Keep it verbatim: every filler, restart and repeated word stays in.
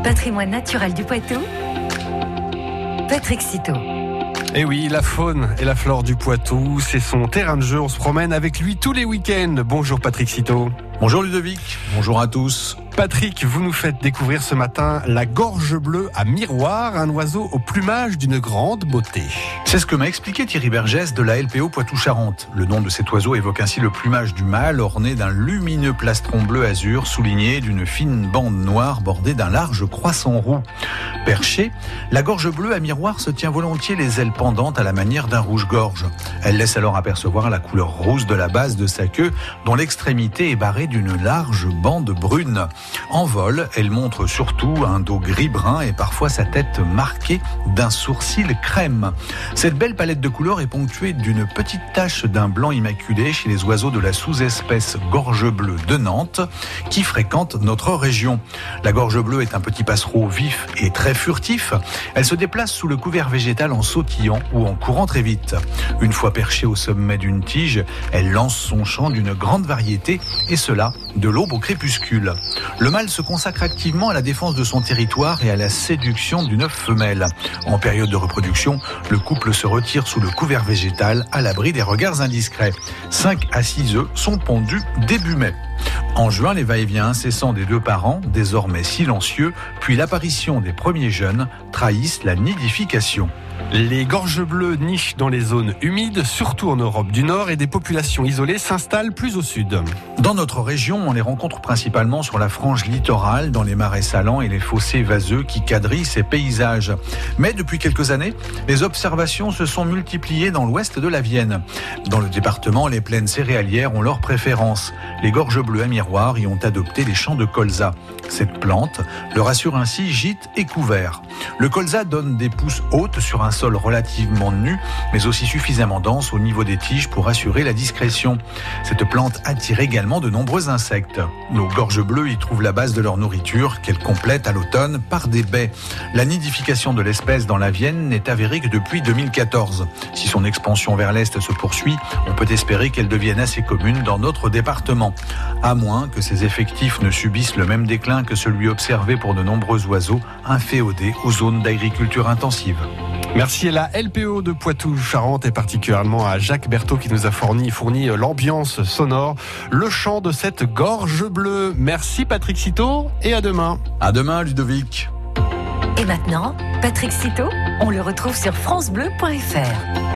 Patrimoine naturel du Poitou, Patrick Citeaux. Et oui, la faune et la flore du Poitou, c'est son terrain de jeu. On se promène avec lui tous les week-ends. Bonjour Patrick Citeaux. Bonjour Ludovic, bonjour à tous. Patrick, vous nous faites découvrir ce matin la gorge bleue à miroir, un oiseau au plumage d'une grande beauté. C'est ce que m'a expliqué Thierry Bergès de la L P O Poitou-Charentes. Le nom de cet oiseau évoque ainsi le plumage du mâle orné d'un lumineux plastron bleu azur souligné d'une fine bande noire bordée d'un large croissant roux. Perchée, la gorge bleue à miroir se tient volontiers les ailes pendantes à la manière d'un rouge-gorge. Elle laisse alors apercevoir la couleur rousse de la base de sa queue dont l'extrémité est barrée d'une large bande brune. En vol, elle montre surtout un dos gris-brun et parfois sa tête marquée d'un sourcil crème. Cette belle palette de couleurs est ponctuée d'une petite tache d'un blanc immaculé chez les oiseaux de la sous-espèce gorge bleue de Nantes qui fréquentent notre région. La gorge bleue est un petit passereau vif et très furtif. Elle se déplace sous le couvert végétal en sautillant ou en courant très vite. Une fois perchée au sommet d'une tige, elle lance son chant d'une grande variété et cela de l'aube au crépuscule. Le mâle se consacre activement à la défense de son territoire et à la séduction d'une femelle. En période de reproduction, le couple se retire sous le couvert végétal à l'abri des regards indiscrets. cinq à six œufs sont pondus début mai. En juin, les va-et-vient incessants des deux parents, désormais silencieux, puis l'apparition des premiers jeunes, trahissent la nidification. Les gorges bleues nichent dans les zones humides, surtout en Europe du Nord, et des populations isolées s'installent plus au sud. Dans notre région, on les rencontre principalement sur la frange littorale, dans les marais salants et les fossés vaseux qui quadrillent ces paysages. Mais depuis quelques années, les observations se sont multipliées dans l'ouest de la Vienne. Dans le département, les plaines céréalières ont leur préférence. Les gorges bleues à miroir y ont adopté les champs de colza. Cette plante leur assure ainsi gîte et couvert. Le colza donne des pousses hautes sur un sol relativement nu, mais aussi suffisamment dense au niveau des tiges pour assurer la discrétion. Cette plante attire également de nombreux insectes. Nos gorges bleues y trouvent la base de leur nourriture, qu'elles complètent à l'automne par des baies. La nidification de l'espèce dans la Vienne n'est avérée que depuis deux mille quatorze. Si son expansion vers l'est se poursuit, on peut espérer qu'elle devienne assez commune dans notre département. À moins que ses effectifs ne subissent le même déclin que celui observé pour de nombreux oiseaux inféodés aux zones d'agriculture intensive. Merci à la L P O de Poitou-Charentes et particulièrement à Jacques Berthaud qui nous a fourni, fourni l'ambiance sonore, le chant de cette gorge bleue. Merci Patrick Citeaux et à demain. À demain Ludovic. Et maintenant, Patrick Citeaux, on le retrouve sur francebleu point fr.